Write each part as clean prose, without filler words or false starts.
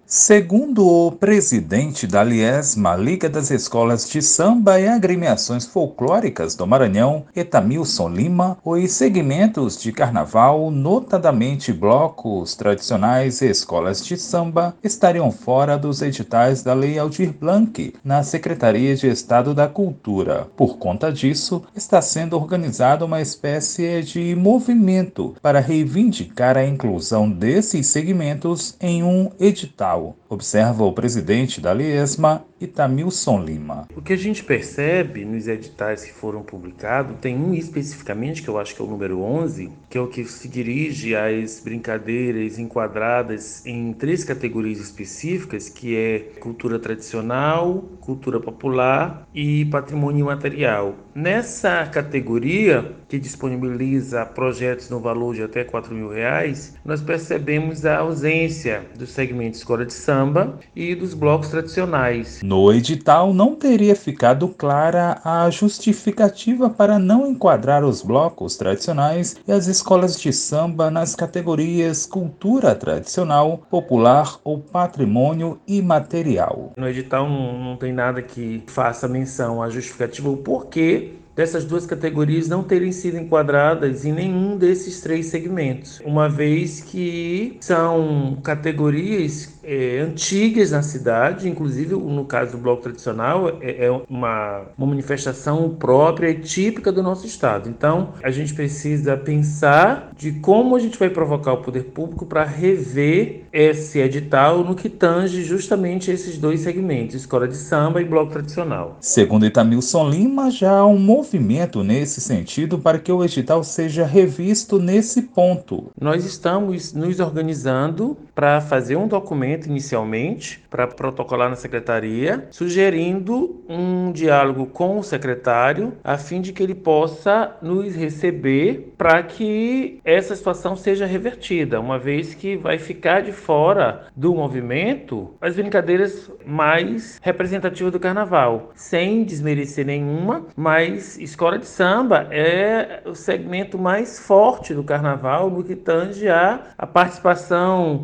Segundo o presidente da Liesma, Liga das Escolas de Samba e Agremiações Folclóricas do Maranhão, Etamilson Lima, os segmentos de carnaval, notadamente blocos tradicionais e escolas de samba, estariam fora dos editais da Lei Aldir Blanc, na Secretaria de Estado da Cultura. Por conta disso, está sendo organizada uma espécie de movimento para reivindicar a inclusão desses segmentos em um edital. Observa o presidente da Liesma, Etamilson Lima. O que a gente percebe nos editais que foram publicados, tem um especificamente, que eu acho que é o número 11, que é o que se dirige às brincadeiras enquadradas em 3 categorias específicas, que é cultura tradicional, cultura popular e patrimônio imaterial. Nessa categoria, que disponibiliza projetos no valor de até R$4.000, nós percebemos a ausência do segmento escola de samba e dos blocos tradicionais. No edital não teria ficado clara a justificativa para não enquadrar os blocos tradicionais e as escolas de samba nas categorias cultura tradicional, popular ou patrimônio imaterial. No edital não tem nada que faça menção à justificativa, o porquê dessas 2 categorias não terem sido enquadradas em nenhum desses 3 segmentos, uma vez que são categorias antigas na cidade, inclusive no caso do bloco tradicional é uma manifestação própria e típica do nosso estado. Então a gente precisa pensar de como a gente vai provocar o poder público para rever esse edital no que tange justamente esses 2 segmentos, escola de samba e bloco tradicional. Segundo Etamilson Lima, já há um movimento nesse sentido para que o edital seja revisto nesse ponto. Nós estamos nos organizando para fazer um documento inicialmente, para protocolar na secretaria, sugerindo um diálogo com o secretário, a fim de que ele possa nos receber para que essa situação seja revertida, uma vez que vai ficar de fora do movimento as brincadeiras mais representativas do carnaval, sem desmerecer nenhuma, mas escola de samba é o segmento mais forte do carnaval no que tange a participação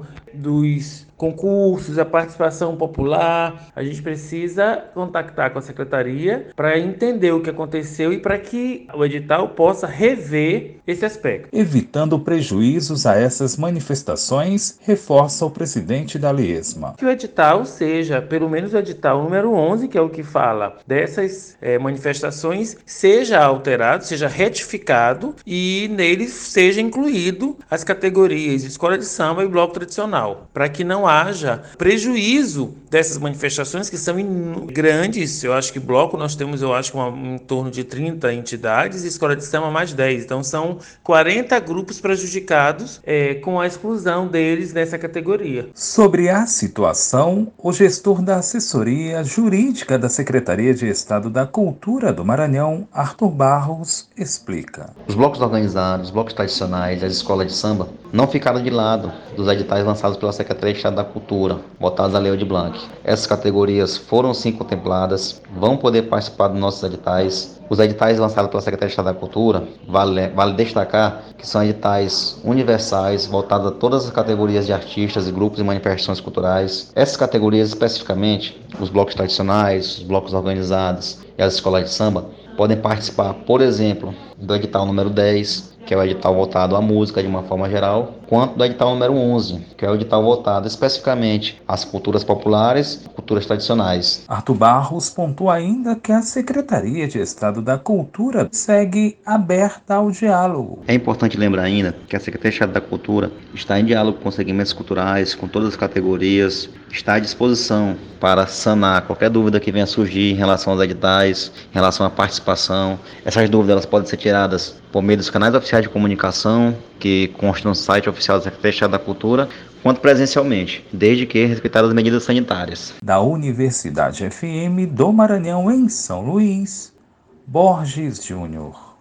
dos concursos, a participação popular. A gente precisa contactar com a secretaria para entender o que aconteceu e para que o edital possa rever esse aspecto. Evitando prejuízos a essas manifestações, reforça o presidente da Liesma. Que o edital seja, pelo menos o edital número 11, que é o que fala dessas manifestações, seja alterado, seja retificado e nele seja incluído as categorias escola de samba e bloco tradicional, para que não haja prejuízo dessas manifestações que são grandes. Eu acho que bloco nós temos, em torno de 30 entidades e escola de samba mais 10. Então são 40 grupos prejudicados com a exclusão deles nessa categoria. Sobre a situação, o gestor da assessoria jurídica da Secretaria de Estado da Cultura do Maranhão, Arthur Barros, explica. Os blocos organizados, os blocos tradicionais e as escolas de samba não ficaram de lado dos editais lançados pela Secretaria de Estado da Cultura, votados à Lei Aldir Blanc. Essas categorias foram sim contempladas, vão poder participar dos nossos editais. Os editais lançados pela Secretaria de Estado da Cultura, vale destacar que são editais universais, voltados a todas as categorias de artistas e grupos e manifestações culturais. Essas categorias especificamente, os blocos tradicionais, os blocos organizados e as escolas de samba, podem participar, por exemplo, do edital número 10, que é o edital voltado à música de uma forma geral, quanto do edital número 11, que é o edital voltado especificamente às culturas populares e culturas tradicionais. Arthur Barros pontua ainda que a Secretaria de Estado da Cultura segue aberta ao diálogo. É importante lembrar ainda que a Secretaria de Estado da Cultura está em diálogo com segmentos culturais, com todas as categorias, está à disposição para sanar qualquer dúvida que venha surgir em relação aos editais, em relação à participação. Essas dúvidas elas podem ser tiradas por meio dos canais oficiais de comunicação, que constam no site oficial da Secretaria de Estado da Cultura, quanto presencialmente, desde que respeitadas as medidas sanitárias. Da Universidade FM do Maranhão, em São Luís, Borges Júnior.